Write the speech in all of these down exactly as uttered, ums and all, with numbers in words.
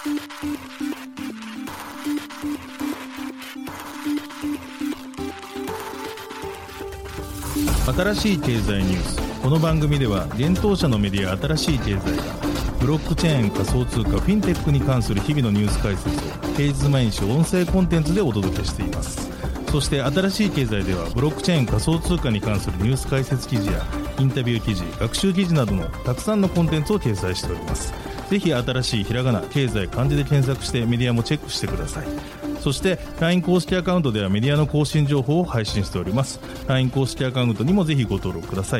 新しい経済ニュース。この番組では現当社のメディア新しい経済がブロックチェーン、仮想通貨、フィンテックに関する日々のニュース解説を平日毎日音声コンテンツでお届けしています。そして新しい経済ではブロックチェーン、仮想通貨に関するニュース解説記事やインタビュー記事、学習記事などのたくさんのコンテンツを掲載しております。ぜひ新しいひらがな、経済、漢字で検索してメディアもチェックしてください。そして ライン 公式アカウントではメディアの更新情報を配信しております。 ライン 公式アカウントにもぜひご登録ください。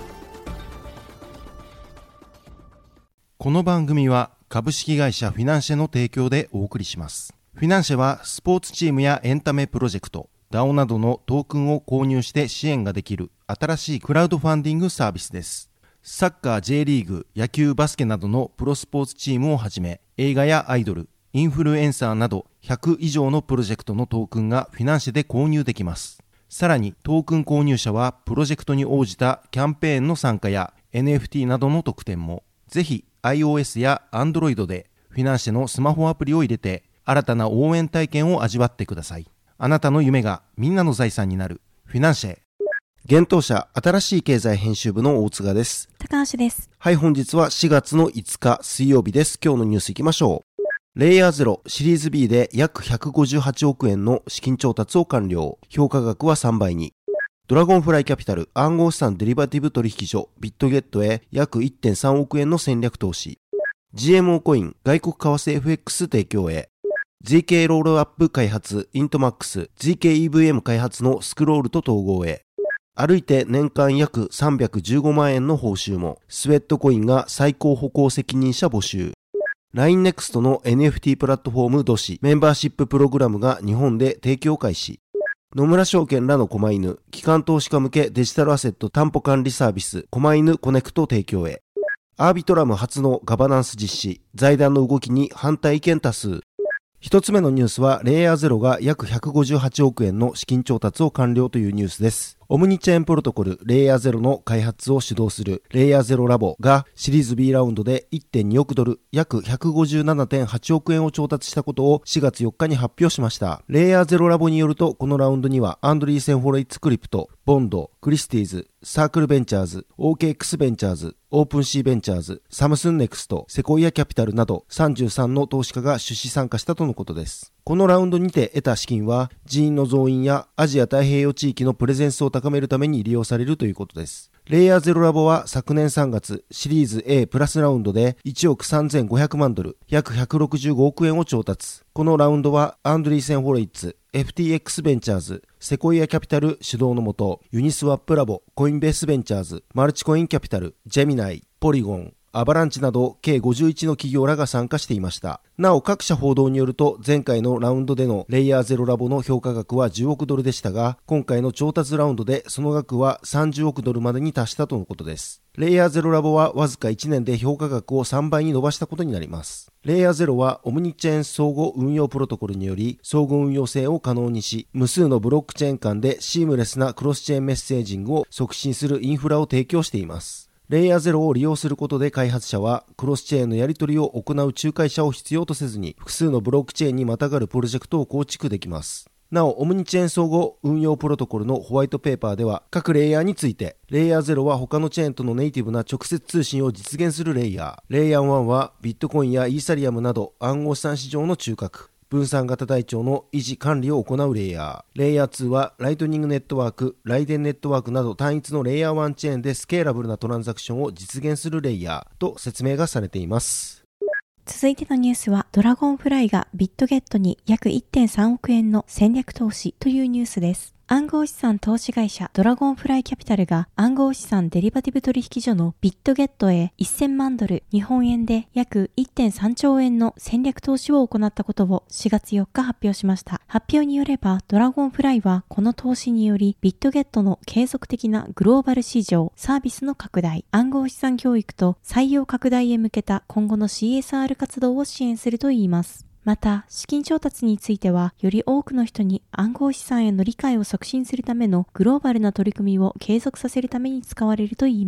この番組は株式会社フィナンシェの提供でお送りします。フィナンシェはスポーツチームやエンタメプロジェクト、ダオ などのトークンを購入して支援ができる新しいクラウドファンディングサービスです。サッカー、J リーグ、野球、バスケなどのプロスポーツチームをはじめ、映画やアイドル、インフルエンサーなどひゃく以上のプロジェクトのトークンがフィナンシェで購入できます。さらにトークン購入者はプロジェクトに応じたキャンペーンの参加や エヌエフティー などの特典も。ぜひ iOS や Android でフィナンシェのスマホアプリを入れて新たな応援体験を味わってください。あなたの夢がみんなの財産になるフィナンシェ。現当社新しい経済編集部の大塚です。 高橋です。 はい、本日はしがつのいつか水曜日です。今日のニュースいきましょう。レイヤーゼロシリーズ ビー で約ひゃくごじゅうはちおくえんの資金調達を完了。評価額はさんばいに。ドラゴンフライキャピタル暗号資産デリバティブ取引所ビットゲットへ約 いってんさんおくえんの戦略投資。ジーエムオー コイン外国為替 エフエックス 提供へ。ジーケー ロールアップ開発イントマックス ジーケーイーブイエム 開発のスクロールと統合へ。歩いて年間約さんびゃくじゅうごまんえんの報酬も。スウェットコインが最高歩行責任者募集。ラインネクスト の エヌエフティー プラットフォームドシメンバーシッププログラムが日本で提供開始。野村証券らの狛犬機関投資家向けデジタルアセット担保管理サービス狛犬コネクト提供へ。アービトラム初のガバナンス実施。財団の動きに反対意見多数。一つ目のニュースはレイヤーゼロが約ひゃくごじゅうはちおくえんの資金調達を完了というニュースです。オムニチェーンプロトコルレイヤーゼロの開発を主導するレイヤーゼロラボがシリーズ ビー ラウンドで いってんにおくドル約 ひゃくごじゅうななてんはちおくえんを調達したことをしがつよっかに発表しました。レイヤーゼロラボによるとこのラウンドにはアンドリーセンフォレイツクリプト、ボンド、クリスティーズ、サークルベンチャーズ、オーケーエックス ベンチャーズ、オープンシーベンチャーズ、サムスンネクスト、セコイアキャピタルなどさんじゅうさんの投資家が出資参加したとのことです。このラウンドにて得た資金は人員の増員やアジア太平洋地域のプレゼンスを高めるために利用されるということです。レイヤーゼロラボは昨年さんがつシリーズ A プラスラウンドでいちおくさんぜんごひゃくまんドル約ひゃくろくじゅうごおくえんを調達。このラウンドはアンドリーセンフォレイツ、エフティーエックス ベンチャーズ、セコイアキャピタル主導のもと、ユニスワップラボ、コインベースベンチャーズ、マルチコインキャピタル、ジェミナイ、ポリゴン、アバランチなど計ごじゅういちの企業らが参加していました。なお各社報道によると前回のラウンドでのレイヤーゼロラボの評価額はじゅうおくドルでしたが、今回の調達ラウンドでその額はさんじゅうおくドルまでに達したとのことです。レイヤーゼロラボはわずかいちねんで評価額をさんばいに伸ばしたことになります。レイヤーゼロはオムニチェーン相互運用プロトコルにより相互運用性を可能にし、無数のブロックチェーン間でシームレスなクロスチェーンメッセージングを促進するインフラを提供しています。レイヤーゼロを利用することで開発者はクロスチェーンのやり取りを行う仲介者を必要とせずに複数のブロックチェーンにまたがるプロジェクトを構築できます。なおオムニチェーン相互運用プロトコルのホワイトペーパーでは各レイヤーについて、レイヤーゼロは他のチェーンとのネイティブな直接通信を実現するレイヤー、レイヤーワンはビットコインやイーサリアムなど暗号資産市場の中核、分散型台帳の維持管理を行うレイヤー。レイヤーツーはライトニングネットワーク、ライデンネットワークなど単一のレイヤーワンチェーンでスケーラブルなトランザクションを実現するレイヤーと説明がされています。 続いてのニュースはドラゴンフライがビットゲットに約 いってんさんおくえんの戦略投資というニュースです。暗号資産投資会社ドラゴンフライキャピタルが暗号資産デリバティブ取引所のビットゲットへせんまんドル、日本円で約 いってんさんちょうえんの戦略投資を行ったことをしがつよっか発表しました。発表によればドラゴンフライはこの投資によりビットゲットの継続的なグローバル市場、サービスの拡大、暗号資産教育と採用拡大へ向けた今後の シーエスアール 活動を支援するといいます。また、資金調達については、より多くの人に暗号資産への理解を促進するためのグローバルな取り組みを継続させるために使われるといいます。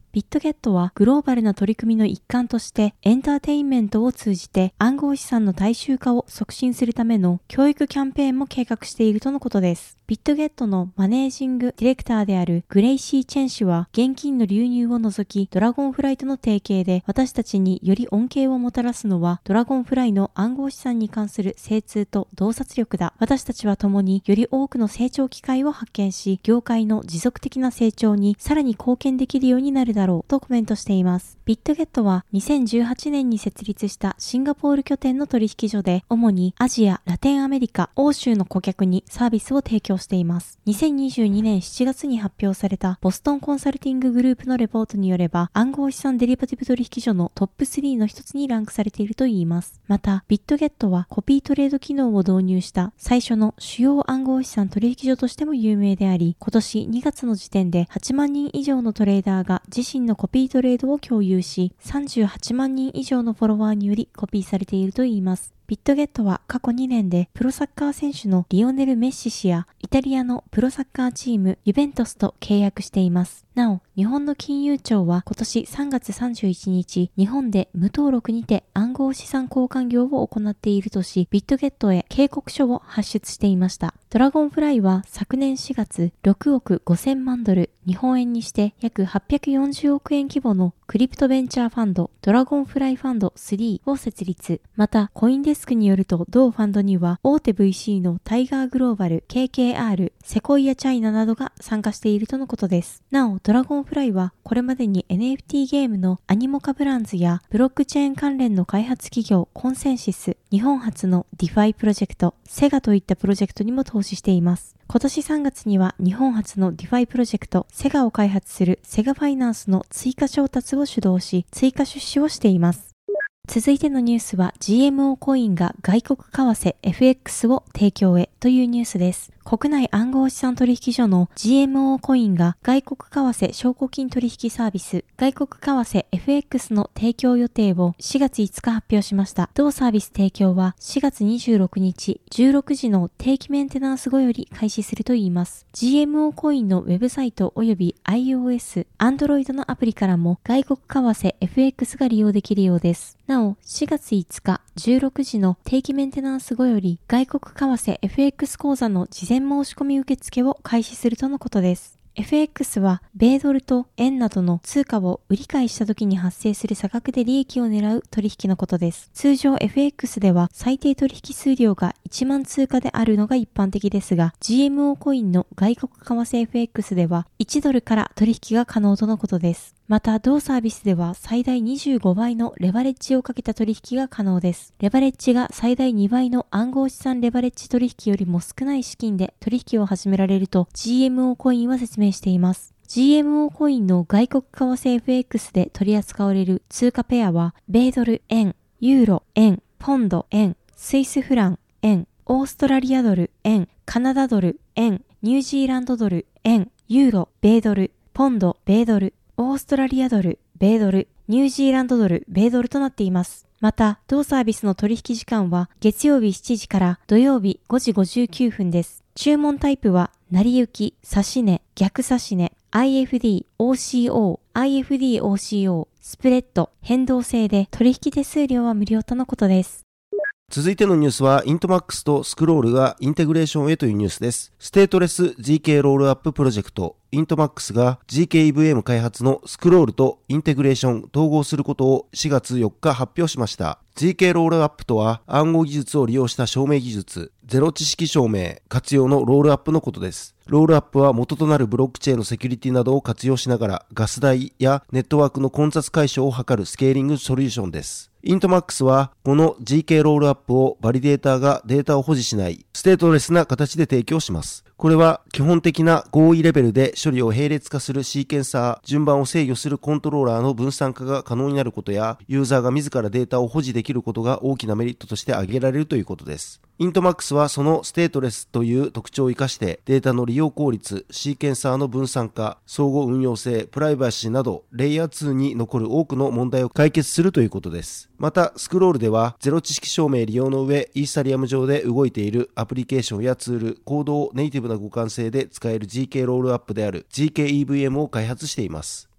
ビットゲットはグローバルな取り組みの一環としてエンターテインメントを通じて暗号資産の大衆化を促進するための教育キャンペーンも計画しているとのことです。ビットゲットのマネージングディレクターであるグレイシー・チェン氏は現金の流入を除きドラゴンフライとの提携で私たちにより恩恵をもたらすのはドラゴンフライの暗号資産に関する精通と洞察力だ。私たちは共により多くの成長機会を発見し業界の持続的な成長にさらに貢献できるようになるだろうとコメントしています。ビットゲットはにせんじゅうはちねんに設立したシンガポール拠点の取引所で主にアジア、ラテンアメリカ、欧州の顧客にサービスを提供しています。にせんにじゅうにねんしちがつに発表されたボストンコンサルティンググループのレポートによれば暗号資産デリバティブ取引所のトップスリーの一つにランクされているといいます。また、ビットゲットはコピートレード機能を導入した最初の主要暗号資産取引所としても有名であり、今年にがつの時点ではちまんにん以上のトレーダーが自身のコピートレードを共有し、さんじゅうはちまんにん以上のフォロワーによりコピーされているといいます。ビットゲットは過去にねんでプロサッカー選手のリオネル・メッシ氏やイタリアのプロサッカーチームユベントスと契約しています。なお、日本の金融庁は今年さんがつさんじゅういちにち、日本で無登録にて暗号資産交換業を行っているとし、ビットゲットへ警告書を発出していました。ドラゴンフライは昨年しがつろくおくごせんまんドル、日本円にして約はっぴゃくよんじゅうおくえん規模のクリプトベンチャーファンド、ドラゴンフライファンドスリーを設立。また、コインデスクによると同ファンドには大手 ブイシー のタイガーグローバル、ケーケーアール、セコイアチャイナなどが参加しているとのことです。なお、ドラゴンフライはこれまでに エヌエフティー ゲームのアニモカブランズやブロックチェーン関連の開発企業コンセンシス、日本初のディファイプロジェクト、セガといったプロジェクトにも投資しています。今年さんがつには日本初のディファイプロジェクト、セガを開発するセガファイナンスの追加調達を主導し、追加出資をしています。続いてのニュースは ジーエムオー コインが外国為替 エフエックス を提供へというニュースです。国内暗号資産取引所の ジーエムオー コインが外国為替証拠金取引サービス外国為替 エフエックス の提供予定をしがついつか発表しました。同サービス提供はしがつにじゅうろくにちじゅうろくじの定期メンテナンス後より開始するといいます。ジーエムオー コインのウェブサイト及び iOS、Android のアプリからも外国為替 エフエックス が利用できるようです。なお、しがついつかじゅうろくじの定期メンテナンス後より外国為替 エフエックス 口座の事前申し込み受付を開始するとのことです。エフエックス は米ドルと円などの通貨を売り買いした時に発生する差額で利益を狙う取引のことです。通常 エフエックス では最低取引数量がいちまん通貨であるのが一般的ですが、ジーエムオー コインの外国為替 エフエックス ではいちドルから取引が可能とのことです。また、同サービスでは最大にじゅうごばいのレバレッジをかけた取引が可能です。レバレッジが最大にばいの暗号資産レバレッジ取引よりも少ない資金で取引を始められると ジーエムオー コインは説明しています。ジーエムオー コインの外国為替 エフエックス で取り扱われる通貨ペアは、米ドル、円、ユーロ、円、ポンド、円、スイスフラン、円、オーストラリアドル、円、カナダドル、円、ニュージーランドドル、円、ユーロ、米ドル、ポンド、米ドル、オーストラリアドル、米ドル、ニュージーランドドル、米ドルとなっています。また、同サービスの取引時間は月曜日しちじから土曜日ごじごじゅうきゅうふんです。注文タイプは、成り行き、指し値、逆指し値、アイエフディー、オーシーオー、アイエフディー、オーシーオー、スプレッド、変動制で取引手数料は無料とのことです。 続いてのニュースは、イントマックスとスクロールがインテグレーションへというニュースです。ステートレス ジーケー ロールアッププロジェクト、イントマックスが ジーケーイーブイエム 開発のスクロールとインテグレーション統合することをしがつよっか発表しました。ジーケー ロールアップとは暗号技術を利用した証明技術、ゼロ知識証明活用のロールアップのことです。ロールアップは元となるブロックチェーンのセキュリティなどを活用しながらガス代やネットワークの混雑解消を図るスケーリングソリューションです。イントマックスはこの ジーケー ロールアップをバリデーターがデータを保持しないステートレスな形で提供します。これは基本的な合意レベルで処理を並列化するシーケンサー、順番を制御するコントローラーの分散化が可能になることや、ユーザーが自らデータを保持できることが大きなメリットとして挙げられるということです。イントマックスはそのステートレスという特徴を生かしてデータの利用効率、シーケンサーの分散化、相互運用性、プライバシーなどレイヤーツーに残る多くの問題を解決するということです。またスクロールではゼロ知識証明利用の上、イーサリアム上で動いているアプリケーションやツール、コードをネイティブな互換性で使える ジーケー ロールアップである ジーケーイーブイエム を開発しています。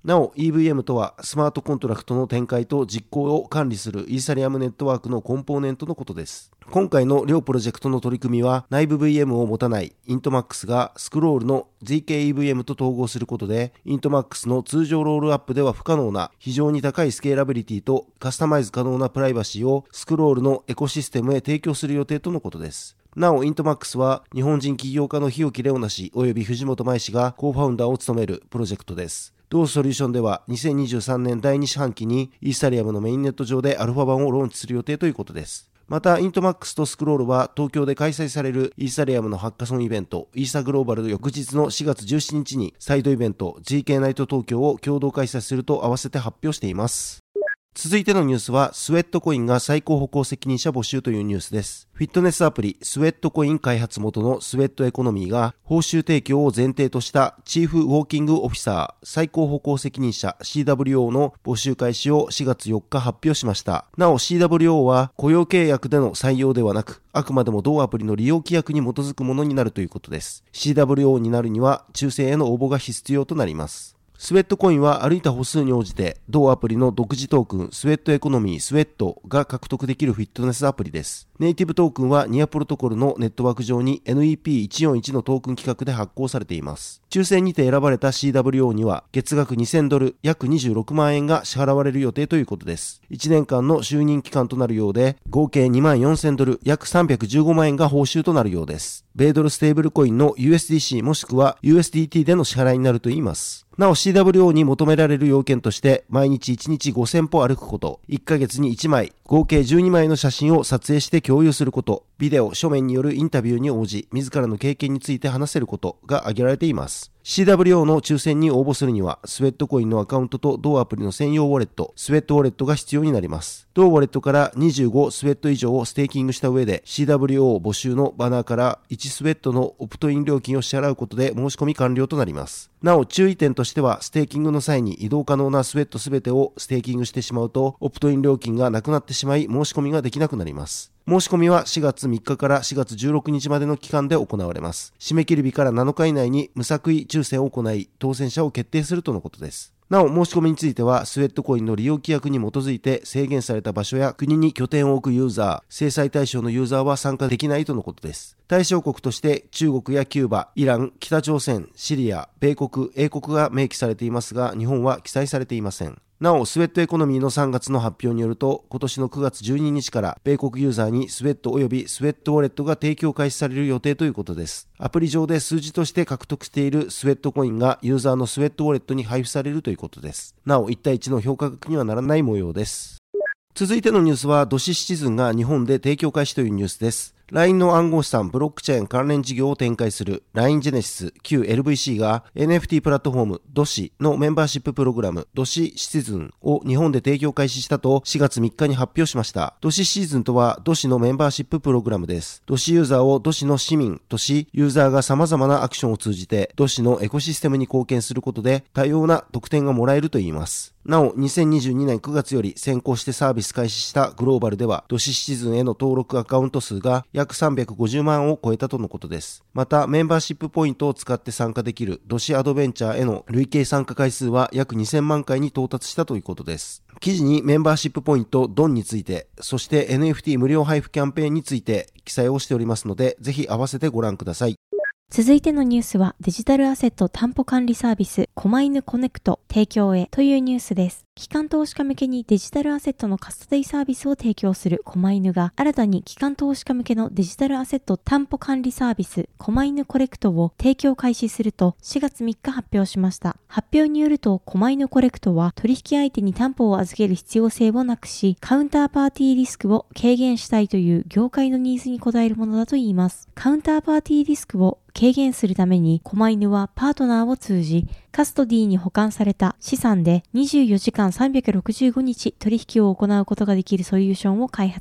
なお イーブイエム とはスマートコントラクトの展開と実行を管理するイーサリアムネットワークのコンポーネントのことです。今回の両プロジェクトの取り組みは内部 ブイエム を持たないイントマックスがスクロールの ゼッケーイーブイエム と統合することで、イントマックスの通常ロールアップでは不可能な非常に高いスケーラビリティとカスタマイズ可能なプライバシーをスクロールのエコシステムへ提供する予定とのことです。なおイントマックスは日本人起業家の日置レオナ氏及び藤本舞氏がコーファウンダーを務めるプロジェクトです。同ソリューションではにせんにじゅうさんねんだいに四半期にイーサリアムのメインネット上でアルファ版をローンチする予定ということです。またイントマックスとスクロールは東京で開催されるイーサリアムのハッカソンイベントイーサグローバル翌日のしがつじゅうしちにちにサイドイベント ジーケー ナイト東京を共同開催すると合わせて発表しています。続いてのニュースはスウェットコインが最高歩行責任者募集というニュースです。フィットネスアプリスウェットコイン開発元のスウェットエコノミーが報酬提供を前提としたチーフウォーキングオフィサー最高歩行責任者 シーダブリューオー の募集開始をしがつよっか発表しました。なお シーダブリューオー は雇用契約での採用ではなくあくまでも同アプリの利用規約に基づくものになるということです。 シーダブリューオー になるには抽選への応募が必要となります。スウェットコインは歩いた歩数に応じて同アプリの独自トークンスウェットエコノミースウェットが獲得できるフィットネスアプリです。ネイティブトークンはニアプロトコルのネットワーク上に エヌイーピーいちよんいち のトークン規格で発行されています。抽選にて選ばれた シーダブリューオー には月額にせんドル約にじゅうろくまんえんが支払われる予定ということです。いちねんかんの就任期間となるようで合計にまんよんせんドル約さんびゃくじゅうごまんえんが報酬となるようです。米ドルステーブルコインの ユーエスディーシー もしくは ユーエスディーティー での支払いになるといいます。なお シーダブリューオー に求められる要件として毎日いちにちごせんぽ歩くこと、いっかげつにいちまい、合計じゅうにまいの写真を撮影して共有すること、ビデオ、書面によるインタビューに応じ、自らの経験について話せることが挙げられています。シーダブリューオー の抽選に応募するには、スウェットコインのアカウントと同アプリの専用ウォレット、スウェットウォレットが必要になります。同ウォレットからにじゅうごスウェット以上をステーキングした上で、シーダブリューオー 募集のバナーからいちスウェットのオプトイン料金を支払うことで申し込み完了となります。なお注意点としては、ステーキングの際に移動可能なスウェットすべてをステーキングしてしまうと、オプトイン料金がなくなってしまい、申し込みができなくなります。申し込みはしがつみっかからしがつじゅうろくにちまでの期間で行われます。締め切り日からなのか以内に無作為抽選を行い、当選者を決定するとのことです。なお申し込みについてはスウェットコインの利用規約に基づいて制限された場所や国に拠点を置くユーザー、制裁対象のユーザーは参加できないとのことです。対象国として中国やキューバ、イラン、北朝鮮、シリア、米国、英国が明記されていますが日本は記載されていません。なおスウェットエコノミーのさんがつの発表によると今年のくがつじゅうににちから米国ユーザーにスウェット及びスウェットウォレットが提供開始される予定ということです。アプリ上で数字として獲得しているスウェットコインがユーザーのスウェットウォレットに配布されるということです。なおいち対いちの評価額にはならない模様です。続いてのニュースはドシシチズンが日本で提供開始というニュースです。ライン の暗号資産ブロックチェーン関連事業を展開する ライン ジェネシス旧 エルブイシー が エヌエフティー プラットフォーム ドシ のメンバーシッププログラム ドシシチズンを日本で提供開始したとしがつみっかに発表しました。ドシシチズンとは ドシ のメンバーシッププログラムです。ドシユーザーを ドシ の市民とし、ユーザーが様々なアクションを通じて ドシ のエコシステムに貢献することで多様な特典がもらえるといいます。なおにせんにじゅうにねんくがつより先行してサービス開始したグローバルではドシシチズンへの登録アカウント数が約さんびゃくごじゅうまんを超えたとのことです。またメンバーシップポイントを使って参加できるドシアドベンチャーへの累計参加回数は約にせんまんかいに到達したということです。記事にメンバーシップポイントドンについて、そして エヌエフティー 無料配布キャンペーンについて記載をしておりますのでぜひ合わせてご覧ください。 続いてのニュースはデジタルアセット担保管理サービスコマイヌコネクト提供へというニュースです。機関投資家向けにデジタルアセットのカストディサービスを提供するコマイヌが新たに機関投資家向けのデジタルアセット担保管理サービスコマイヌコレクトを提供開始するとしがつみっか発表しました。発表によるとコマイヌコレクトは取引相手に担保を預ける必要性をなくしカウンターパーティーリスクを軽減したいという業界のニーズに応えるものだといいます。カウンターパーティーリスクを軽減するためにコマイヌはパートナーを通じカストディに保管された資産でにじゅうよじかんさんびゃくろくじゅうごにち取引を行うことができるソリューションを開発。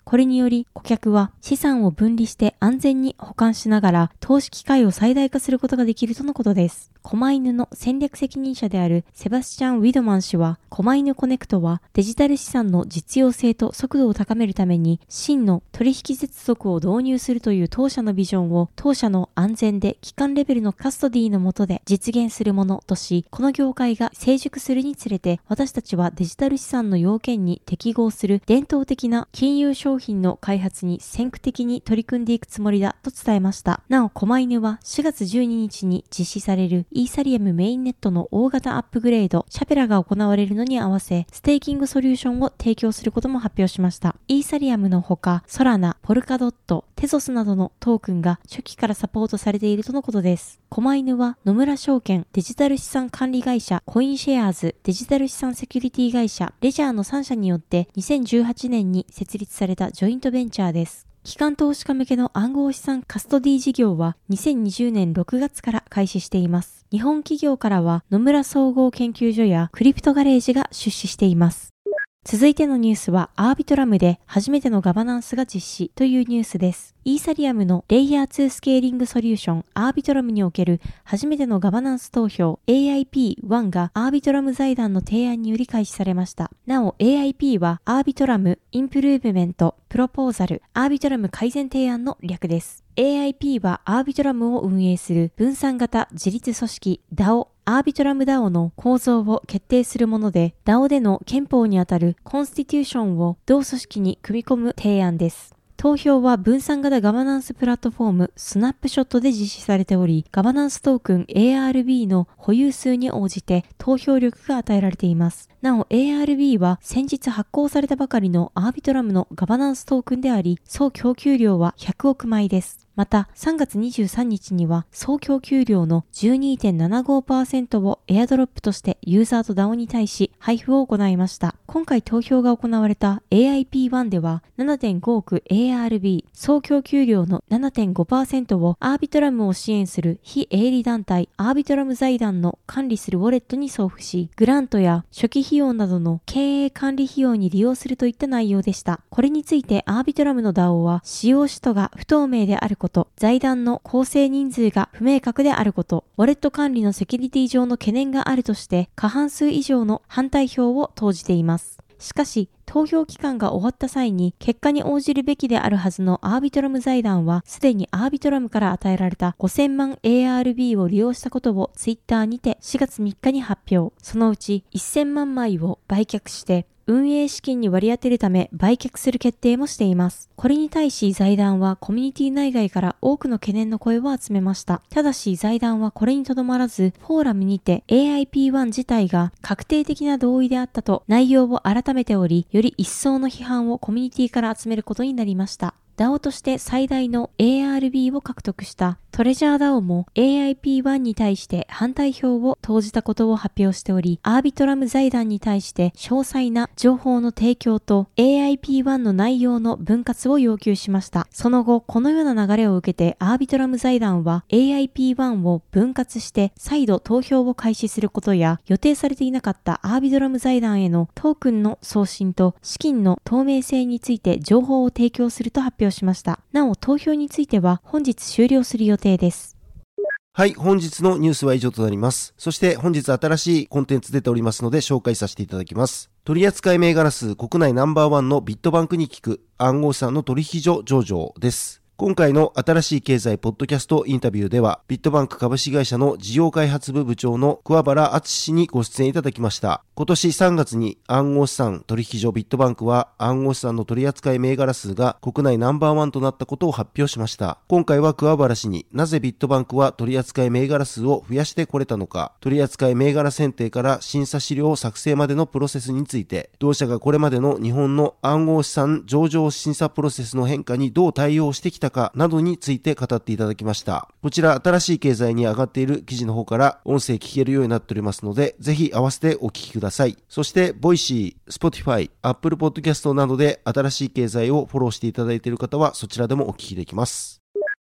これにより顧客は資産を分離して安全に保管しながら投資機会を最大化することができるとのことです。狛犬の戦略責任者であるセバスチャン・ウィドマン氏は、狛犬コネクトはデジタル資産の実用性と速度を高めるために真の取引接続を導入するという当社のビジョンを当社の安全で基幹レベルのカストディの下で実現するものとし、この業界が成熟するにつれて私たちはデジタル資産の要件に適合する伝統的な金融商品の開発に先駆的に取り組んでいくつもりだと伝えました。なお、狛犬はしがつじゅうににちに実施されるイーサリアムメインネットの大型アップグレードシャペラが行われるのに合わせ、ステーキングソリューションを提供することも発表しました。イーサリアムのほか、ソラナ、ポルカドット、テゾスなどのトークンが初期からサポートされているとのことです。狛犬は野村証券、デジタル資産管理会社、コインシェアーズ、デジタル資産セキュリティ会社、レジャーのさんしゃによってにせんじゅうはちねんに設立されたジョイントベンチャーです。機関投資家向けの暗号資産カストディ事業はにせんにじゅうねんろくがつから開始しています。日本企業からは野村総合研究所やクリプトガレージが出資しています。続いてのニュースはアービトラムで初めてのガバナンスが実施というニュースです。イーサリアムのレイヤーツースケーリングソリューションアービトラムにおける初めてのガバナンス投票 エーアイピーワン がアービトラム財団の提案により開始されました。なお エーアイピー はアービトラムインプルーブメントプロポーザルアービトラム改善提案の略です。エーアイピー はアービトラムを運営する分散型自立組織 ダオアービトラム ダオ の構造を決定するもので、ダオ での憲法にあたるコンスティテューションを同組織に組み込む提案です。投票は分散型ガバナンスプラットフォームスナップショットで実施されており、ガバナンストークン エーアールビー の保有数に応じて投票力が与えられています。なお エーアールビー は先日発行されたばかりのアービトラムのガバナンストークンであり、総供給量はひゃくおくまいです。またさんがつにじゅうさんにちには総供給量の じゅうにてんななごパーセント をエアドロップとしてユーザーと ダオ に対し配布を行いました。今回投票が行われた エーアイピーワン では ななてんごおく エーアールビー 総供給量の ななてんごパーセント をアービトラムを支援する非営利団体アービトラム財団の管理するウォレットに送付し、グラントや初期費用などの経営管理費用に利用するといった内容でした。これについてアービトラムの ダオ は使用使途が不透明であること、財団の構成人数が不明確であること、ウォレット管理のセキュリティ上の懸念があるとして過半数以上の反対票を投じています。しかし、投票期間が終わった際に結果に応じるべきであるはずのアービトラム財団はすでにアービトラムから与えられたごせんまん エーアールビー を利用したことをツイッターにてしがつみっかに発表。そのうちせんまんまいを売却して運営資金に割り当てるため売却する決定もしています。これに対し財団はコミュニティ内外から多くの懸念の声を集めました。ただし財団はこれにとどまらず、フォーラムにて エーアイピーワン 自体が確定的な同意であったと内容を改めており、より一層の批判をコミュニティから集めることになりました。ダオ として最大の エーアールビー を獲得したトレジャー ダオ も エーアイピーワン に対して反対票を投じたことを発表しており、アービトラム財団に対して詳細な情報の提供と エーアイピーワン の内容の分割を要求しました。その後、このような流れを受けてアービトラム財団は エーアイピーワン を分割して再度投票を開始することや、予定されていなかったアービトラム財団へのトークンの送信と資金の透明性について情報を提供すると発表しました。なお、投票については本日終了する予定です。 はい、本日のニュースは以上となります。そして本日新しいコンテンツ出ておりますので紹介させていただきます。取扱銘柄数国内ナンバーワンのビットバンクに聞く暗号資産の取引所上場です。今回の新しい経済ポッドキャストインタビューでは、ビットバンク株式会社の事業開発部部長の桑原敦氏にご出演いただきました。今年さんがつに暗号資産取引所ビットバンクは暗号資産の取扱銘柄数が国内ナンバーワンとなったことを発表しました。今回は桑原氏になぜビットバンクは取扱銘柄数を増やしてこれたのか、取扱銘柄選定から審査資料作成までのプロセスについて、同社がこれまでの日本の暗号資産上場審査プロセスの変化にどう対応してきたかなどについて語っていただきました。こちら新しい経済に上がっている記事の方から音声聞けるようになっておりますので、ぜひ合わせてお聞きください。そしてボイシー、Spotify、Apple Podcast などで新しい経済をフォローしていただいている方はそちらでもお聞きできます。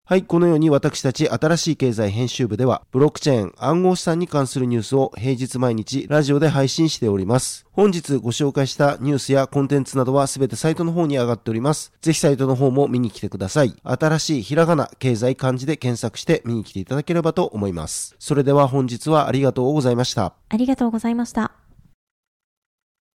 はい、このように私たち新しい経済編集部では、ブロックチェーン、暗号資産に関するニュースを平日毎日ラジオで配信しております。本日ご紹介したニュースやコンテンツなどはすべてサイトの方に上がっております。ぜひサイトの方も見に来てください。新しいひらがな、経済漢字で検索して見に来ていただければと思います。それでは本日はありがとうございました。 ありがとうございました。